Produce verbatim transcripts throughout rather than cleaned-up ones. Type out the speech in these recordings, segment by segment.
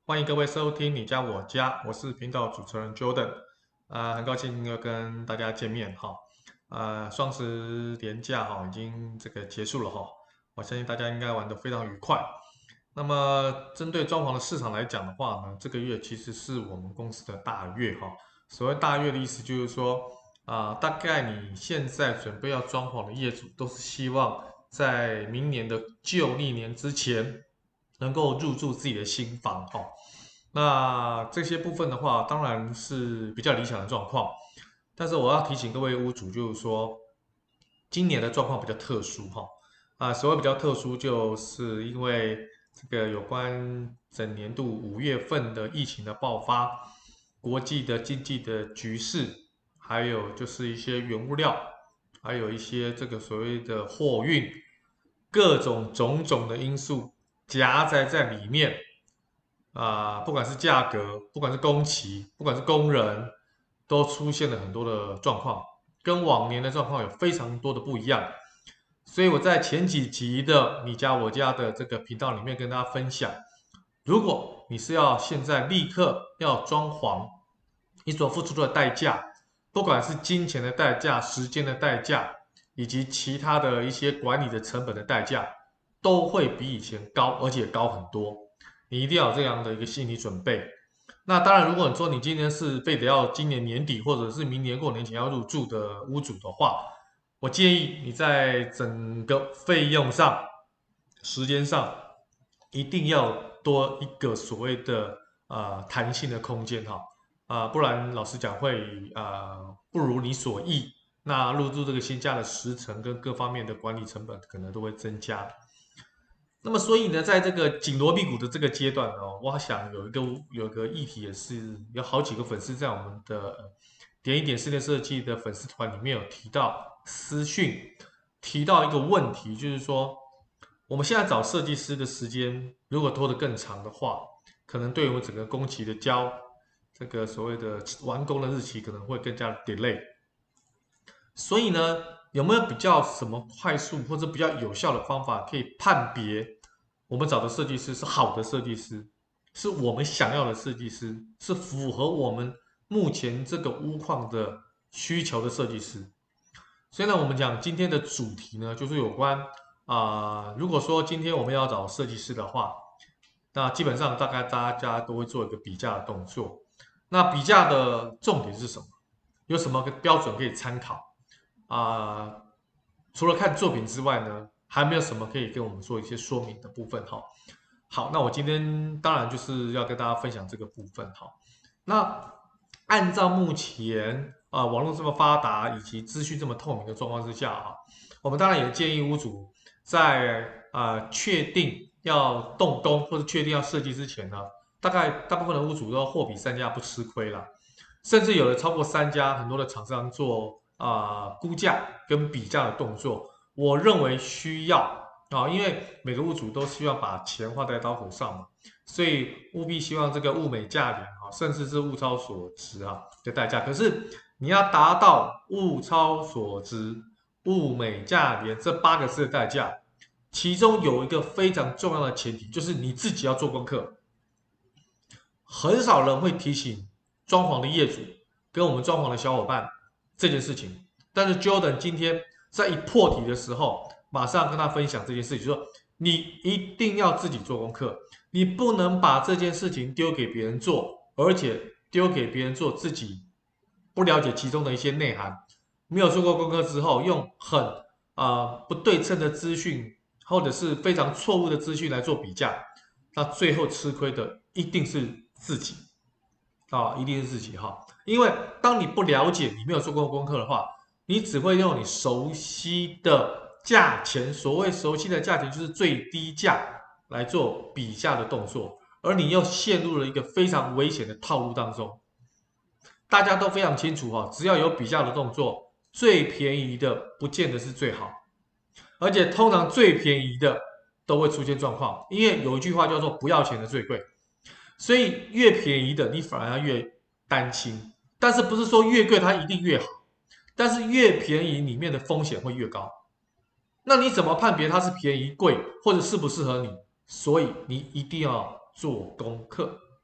欢迎各位收听你家我家，我是频道主持人 Jordan，啊、很高兴又跟大家见面哈。啊、双十连假哈已经这个结束了哈，我相信大家应该玩得非常愉快。那么针对装潢的市场来讲的话呢，这个月其实是我们公司的大月哈。所谓大月的意思就是说，啊、大概你现在准备要装潢的业主都是希望在明年的旧历年之前能够入住自己的新房哈。那这些部分的话，当然是比较理想的状况。但是我要提醒各位屋主，就是说，今年的状况比较特殊哈。啊，所谓比较特殊，就是因为这个有关整年度五月份的疫情的爆发，国际的经济的局势，还有就是一些原物料，还有一些这个所谓的货运，各种种种的因素夹杂在里面。啊、不管是价格，不管是工期，不管是工人，都出现了很多的状况，跟往年的状况有非常多的不一样。所以我在前几集的你家我家的这个频道里面跟大家分享，如果你是要现在立刻要装潢，你所付出的代价，不管是金钱的代价、时间的代价，以及其他的一些管理的成本的代价，都会比以前高，而且高很多。你一定要有这样的一个心理准备。那当然，如果你说你今天是非得要今年年底或者是明年过年前要入住的屋主的话，我建议你在整个费用上、时间上，一定要多一个所谓的呃弹性的空间哈。啊、不然老实讲会啊、呃不如你所意。那入住这个新家的时程跟各方面的管理成本可能都会增加。那么所以呢，在这个紧锣密鼓的这个阶段呢，我想有一个有一个议题也是有好几个粉丝在我们的呃点一点室内设计的粉丝团里面有提到私讯，提到一个问题，就是说我们现在找设计师的时间如果拖得更长的话，可能对我们整个工期的交这个所谓的完工的日期可能会更加的 delay。所以呢，有没有比较什么快速或者比较有效的方法，可以判别我们找的设计师是好的设计师，是我们想要的设计师，是符合我们目前这个屋况的需求的设计师？所以呢，我们讲今天的主题呢，就是有关啊、呃如果说今天我们要找设计师的话，那基本上大概大家都会做一个比价的动作。那比价的重点是什么？有什么个标准可以参考？啊、呃除了看作品之外呢，还没有什么可以跟我们做一些说明的部分哈。好，那我今天当然就是要跟大家分享这个部分哈。那按照目前啊、呃网络这么发达以及资讯这么透明的状况之下哈，我们当然也建议屋主在啊、呃确定要动工或者确定要设计之前呢，大概大部分的屋主都货比三家不吃亏啦，甚至有的超过三家，很多的厂商做啊、呃估价跟比价的动作，我认为需要啊、因为每个屋主都希望把钱花在刀口上嘛，所以务必希望这个物美价廉啊，甚至是物超所值啊的代价。可是你要达到物超所值、物美价廉这八个字的代价，其中有一个非常重要的前提，就是你自己要做功课。很少人会提醒装潢的业主跟我们装潢的小伙伴这件事情，但是 Jordan 今天在一破题的时候，马上跟他分享这件事情，说你一定要自己做功课，你不能把这件事情丢给别人做，而且丢给别人做自己不了解其中的一些内涵，没有做过功课之后，用很啊、呃不对称的资讯或者是非常错误的资讯来做比价，那最后吃亏的一定是自己啊，一定是自己哈。因为当你不了解，你没有做过功课的话，你只会用你熟悉的价钱，所谓熟悉的价钱就是最低价来做比价的动作，而你又陷入了一个非常危险的套路当中。大家都非常清楚哈，只要有比价的动作，最便宜的不见得是最好，而且通常最便宜的都会出现状况，因为有一句话叫做"不要钱的最贵"。所以越便宜的你反而要越担心，但是不是说越贵它一定越好，但是越便宜里面的风险会越高。那你怎么判别它是便宜贵或者适不适合你？所以你一定要做功课。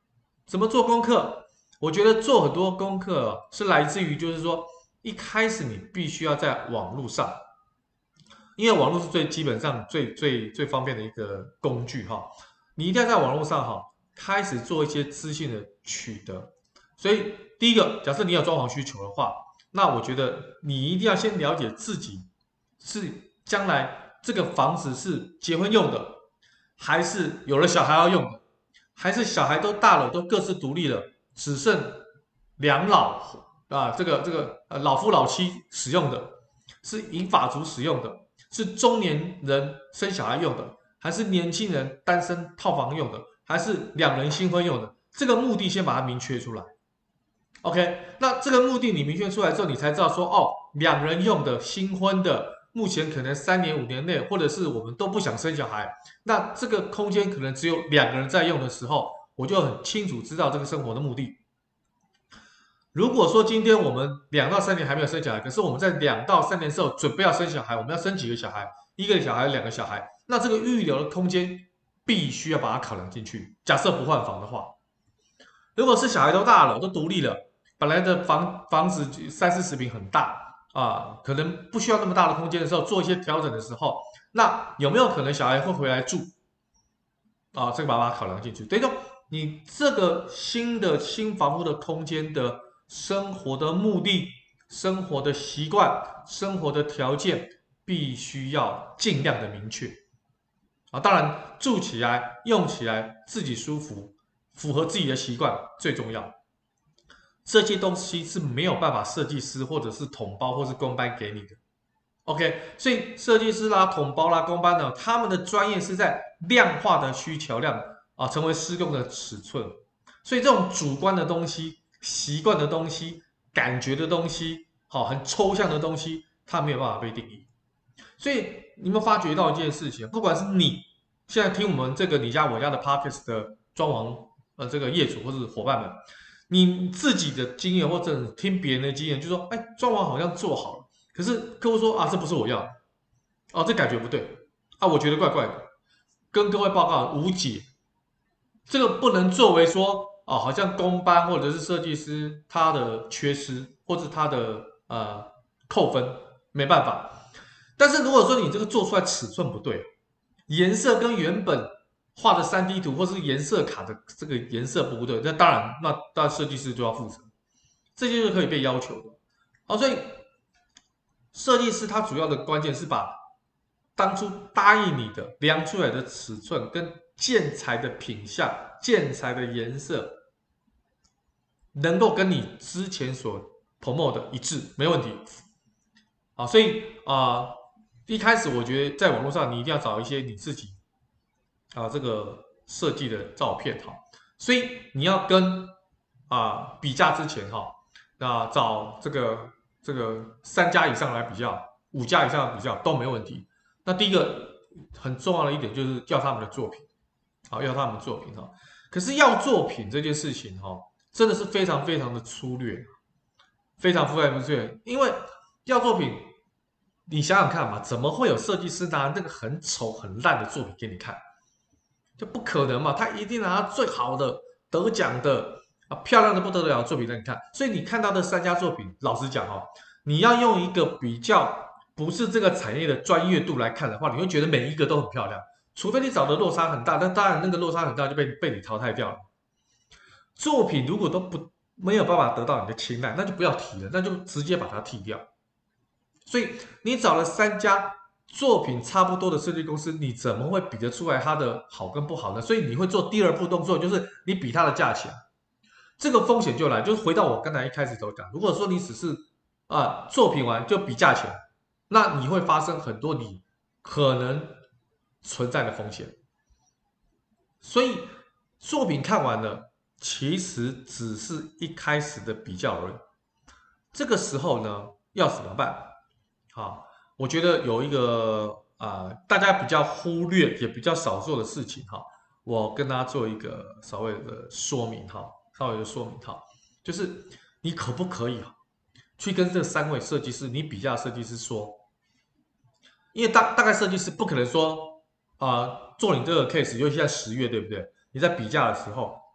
怎么做功课？我觉得做很多功课是来自于，就是说一开始你必须要在网络上，因为网络是最基本上最最最方便的一个工具哈。你一定要在网络上哈开始做一些资讯的取得。所以第一个，假设你有装潢需求的话，那我觉得你一定要先了解自己是将来这个房子是结婚用的，还是有了小孩要用的，还是小孩都大了，都各自独立了，只剩两老啊，这个这个呃老夫老妻使用的，是银发族使用的，是中年人生小孩用的，还是年轻人单身套房用的，还是两人新婚用的？这个目的先把它明确出来。OK，那这个目的你明确出来之后，你才知道说，哦，两人用的新婚的，目前可能三年五年内，或者是我们都不想生小孩，那这个空间可能只有两个人在用的时候，我就很清楚知道这个生活的目的。如果说今天我们两到三年还没有生小孩，可是我们在两到三年之后准备要生小孩，我们要生几个小孩？一个小孩，两个小孩，那这个预留的空间必须要把它考量进去。假设不换房的话，如果是小孩都大了，都独立了，本来的房房子三四十平很大啊，可能不需要那么大的空间的时候，做一些调整的时候，那有没有可能小孩会回来住啊？这个把它考量进去。等于说，你这个新的新房屋的空间的生活的目的、生活的习惯、生活的条件，必须要尽量的明确啊。当然，住起来、用起来自己舒服，符合自己的习惯最重要。这些东西是没有办法设计师或者是统包或是工班给你的。OK，所以设计师啦、统包啦、工班呢，他们的专业是在量化的需求量啊，成为施工的尺寸。所以这种主观的东西、习惯的东西、感觉的东西，好、很抽象的东西，它没有办法被定义。所以你有没有发觉到一件事情？不管是你现在听我们这个你家我家的 Podcast 的装潢呃这个业主或者伙伴们，你自己的经验或者听别人的经验，就说哎装潢好像做好了，可是客户说啊这不是我要的，哦这感觉不对啊，我觉得怪怪的，跟各位报告无解，这个不能作为说哦好像工班或者是设计师他的缺失或者他的呃扣分，没办法。但是如果说你这个做出来尺寸不对，颜色跟原本画的 三 D 图或是颜色卡的这个颜色不对，那当然，那当然设计师就要负责，这就是可以被要求的。好，所以设计师他主要的关键是把当初答应你的量出来的尺寸跟建材的品相、建材的颜色，能够跟你之前所 promote 的一致，没问题。啊，所以啊、呃一开始我觉得在网络上你一定要找一些你自己啊这个设计的照片哈，所以你要跟啊比价之前哈，那找这个这个三家以上来比较，五家以上的比较都没问题。那第一个很重要的一点就是要他们的作品，好要他们的作品哈。可是要作品这件事情哈，真的是非常非常的粗略，非常非常粗略，因为要作品。你想想看嘛，怎么会有设计师拿那个很丑很烂的作品给你看？就不可能嘛，他一定拿最好的、得奖的啊、漂亮的不得了的作品让你看。所以你看到的三家作品，老实讲哦，你要用一个比较不是这个产业的专业度来看的话，你会觉得每一个都很漂亮，除非你找的落差很大，但当然那个落差很大就被被你淘汰掉了。作品如果都不没有办法得到你的青睐，那就不要提了，那就直接把它剔掉。所以你找了三家作品差不多的设计公司，你怎么会比得出来它的好跟不好呢？所以你会做第二步动作，就是你比它的价钱，这个风险就来，就是回到我刚才一开始所讲，如果说你只是啊、呃作品完就比价钱，那你会发生很多你可能存在的风险。所以作品看完了，其实只是一开始的比较而已。这个时候呢，要怎么办？好，我觉得有一个啊、呃大家比较忽略也比较少做的事情哈，我跟大家做一个稍微的说明哈，稍微的说明哈，就是你可不可以去跟这三位设计师，你比价设计师说，因为大大概设计师不可能说啊、呃做你这个 case，尤其在十月对不对？你在比价的时候，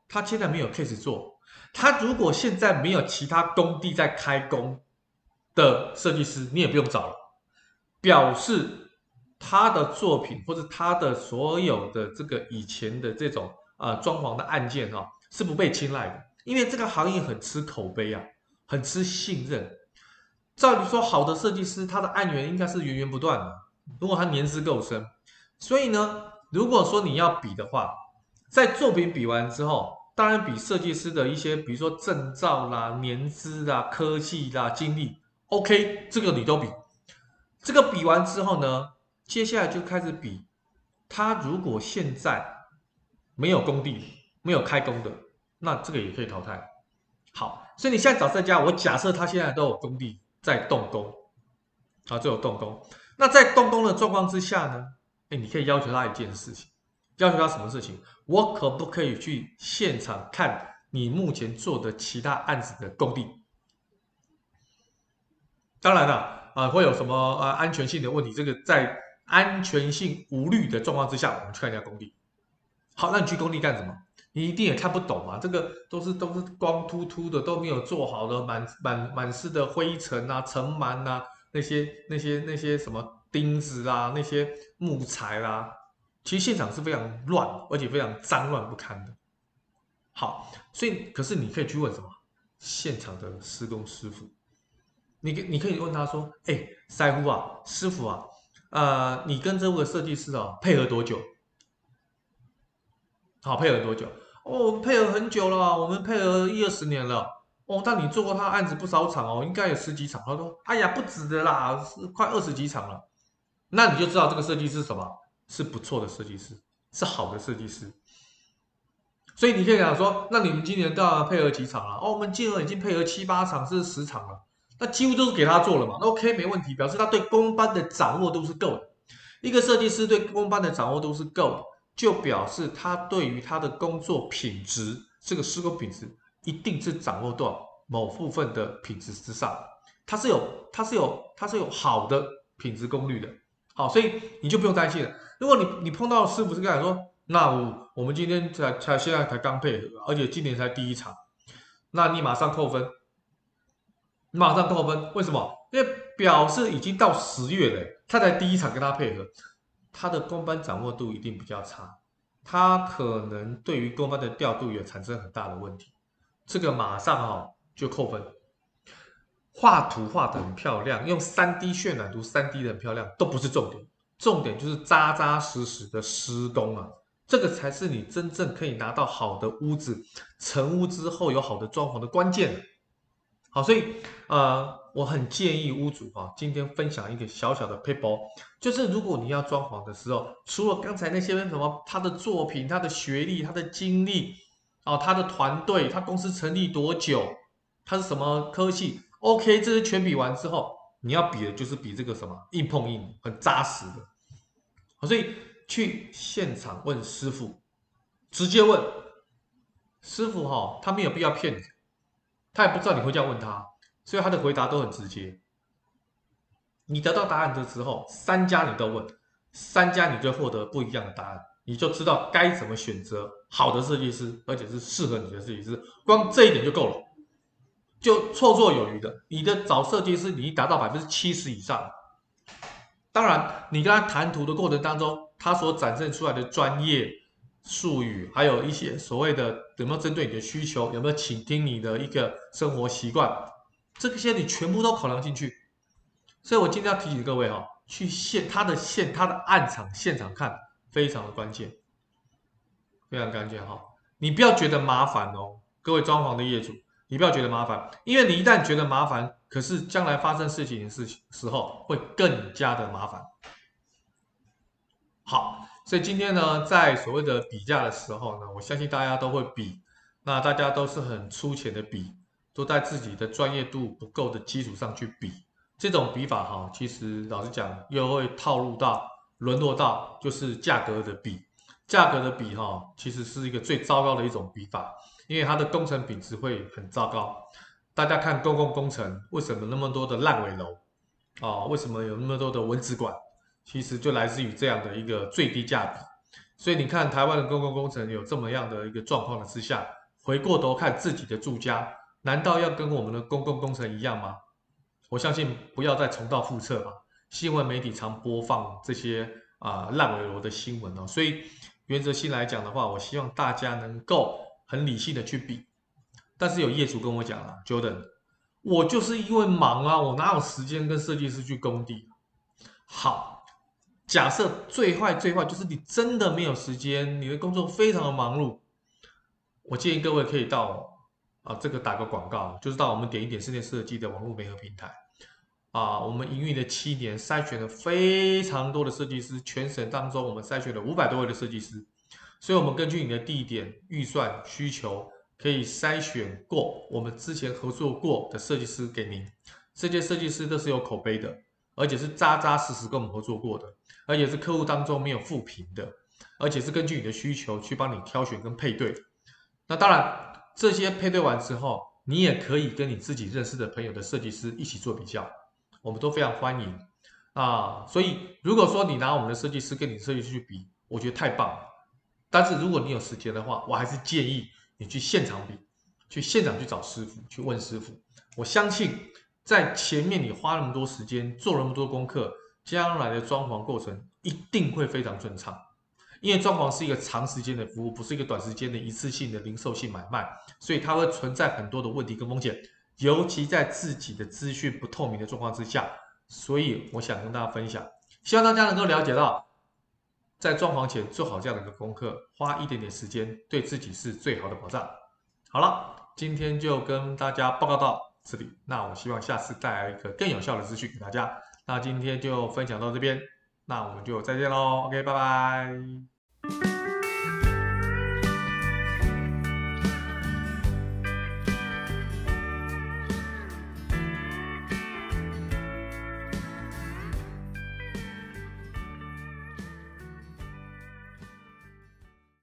他现在没有 case 做，他如果现在没有其他工地在开工的设计师，你也不用找了，表示他的作品或者他的所有的这个以前的这种呃装潢的案件哦，是不被青睐的，因为这个行业很吃口碑啊，很吃信任。照理说，好的设计师他的案源应该是源源不断的，如果他年资够深。所以呢，如果说你要比的话，在作品比完之后，当然比设计师的一些，比如说证照啦、年资啦、科技啦、经历，OK，这个你都比。这个比完之后呢，接下来就开始比，他如果现在没有工地、没有开工的，那这个也可以淘汰。好，所以你现在找设计家，我假设他现在都有工地在动工，啊，就有动工。那在动工的状况之下呢，哎，你可以要求他一件事情，要求他什么事情？我可不可以去现场看你目前做的其他案子的工地？当然了，呃，会有什么呃安全性的问题？这个在安全性无虑的状况之下，我们去看一下工地。好，那你去工地干什么？你一定也看不懂嘛，这个都是都是光秃秃的，都没有做好的，满满满是的灰尘啊、尘螨啊，那些那些那些什么钉子啊，那些木材啦、啊，其实现场是非常乱，而且非常脏乱不堪的。好，所以可是你可以去问什么？现场的施工师傅，你你可以问他说：“哎，师傅啊，师傅啊，呃，你跟这个设计师啊配合多久？好，配合多久？哦，我们配合很久了，我们配合一二十年了。哦，但你做过他案子不少场哦，应该有十几场。他说：哎呀，不止的啦，是快二十几场了。那你就知道这个设计师什么？是不错的设计师，是好的设计师。所以你可以讲说，那你们今年到底配合几场了？哦，我们今年已经配合七八场，甚至十场了。那几乎都是给他做了嘛。那 OK，没问题，表示他对工班的掌握度是够的。一个设计师对工班的掌握度是够的，就表示他对于他的工作品质，这个施工品质一定是掌握到某部分的品质之上，它是有它是有它是有好的品质功率的。好，所以你就不用担心了。如果你你碰到师傅是跟你说，那我我们今天才才现在才刚配合，而且今年才第一场，那你马上扣分，你马上扣分，为什么？因为表示已经到十月了，他才第一场跟他配合，他的工班掌握度一定比较差，他可能对于工班的调度也产生很大的问题，这个马上哈、哦、就扣分。画图画的很漂亮，用 三 D 渲染图 三 D 的很漂亮，都不是重点，重点就是扎扎实实的施工啊，这个才是你真正可以拿到好的屋子，成屋之后有好的装潢的关键。好，所以呃，我很建议屋主哈、啊，今天分享一个小小的 paper，就是如果你要装潢的时候，除了刚才那些什么他的作品、他的学历、他的经历，哦，他的团队、他公司成立多久，他是什么科系，OK，这些全比完之后，你要比的就是比这个什么硬碰硬、很扎实的。好，所以去现场问师傅，直接问师傅哈、哦，他没有必要骗你。他也不知道你会这样问他，所以他的回答都很直接。你得到答案的时候，三家你都问，三家你就获得不一样的答案，你就知道该怎么选择好的设计师，而且是适合你的设计师。光这一点就够了，就绰绰有余的。你的找设计师，你已经达到百分之七十以上。当然，你跟他谈图的过程当中，他所展现出来的专业术语，还有一些所谓的有没有针对你的需求，有没有倾听你的一个生活习惯，这些你全部都考量进去。所以我今天要提醒各位哈、哦，去现他的现他的暗场现场看非常的关键，非常关键哈、哦。你不要觉得麻烦哦，各位装潢的业主，你不要觉得麻烦，因为你一旦觉得麻烦，可是将来发生事情的事情时候会更加的麻烦。好，所以今天呢，在所谓的比价的时候呢，我相信大家都会比，那大家都是很粗浅的比，都在自己的专业度不够的基础上去比。这种比法哈，其实老实讲，又会套路到沦落到就是价格的比，价格的比哈，其实是一个最糟糕的一种比法，因为它的工程品质会很糟糕。大家看公共工程，为什么那么多的烂尾楼啊？为什么有那么多的蚊子馆？其实就来自于这样的一个最低价比。所以你看，台湾的公共工程有这么样的一个状况的之下， 回过头看自己的住家，难道要跟我们的公共工程一样吗？我相信不要再重蹈覆辙吧。新闻媒体常播放这些啊、呃烂尾楼的新闻哦，所以原则性来讲的话，我希望大家能够很理性的去比。但是有业主跟我讲啊，Jordan，我就是因为忙啊，我哪有时间跟设计师去工地？好，假设最坏最坏就是你真的没有时间，你的工作非常的忙碌，我建议各位可以到啊这个打个广告，就是到我们点一点室内设计的网络媒合平台啊，我们营运的七年，筛选了非常多的设计师，全省当中我们筛选了五百多位的设计师，所以我们根据你的地点、预算、需求，可以筛选过我们之前合作过的设计师给您。这些设计师都是有口碑的，而且是扎扎实实跟我们合作过的，而且是客户当中没有负评的，而且是根据你的需求去帮你挑选跟配对。那当然，这些配对完之后，你也可以跟你自己认识的朋友的设计师一起做比较，我们都非常欢迎啊。所以，如果说你拿我们的设计师跟你的设计师去比，我觉得太棒了。但是如果你有时间的话，我还是建议你去现场比，去现场去找师傅，去问师傅。我相信在前面你花那么多时间做那么多功课，将来的装潢过程一定会非常顺畅。因为装潢是一个长时间的服务，不是一个短时间的一次性的零售性买卖，所以它会存在很多的问题跟风险，尤其在自己的资讯不透明的状况之下。所以我想跟大家分享，希望大家能够了解到，在装潢前做好这样的一个功课，花一点点时间，对自己是最好的保障。好了，今天就跟大家报告到这里，那我希望下次带来一个更有效的资讯给大家。那今天就分享到这边，那我们就再见喽，OK，拜拜。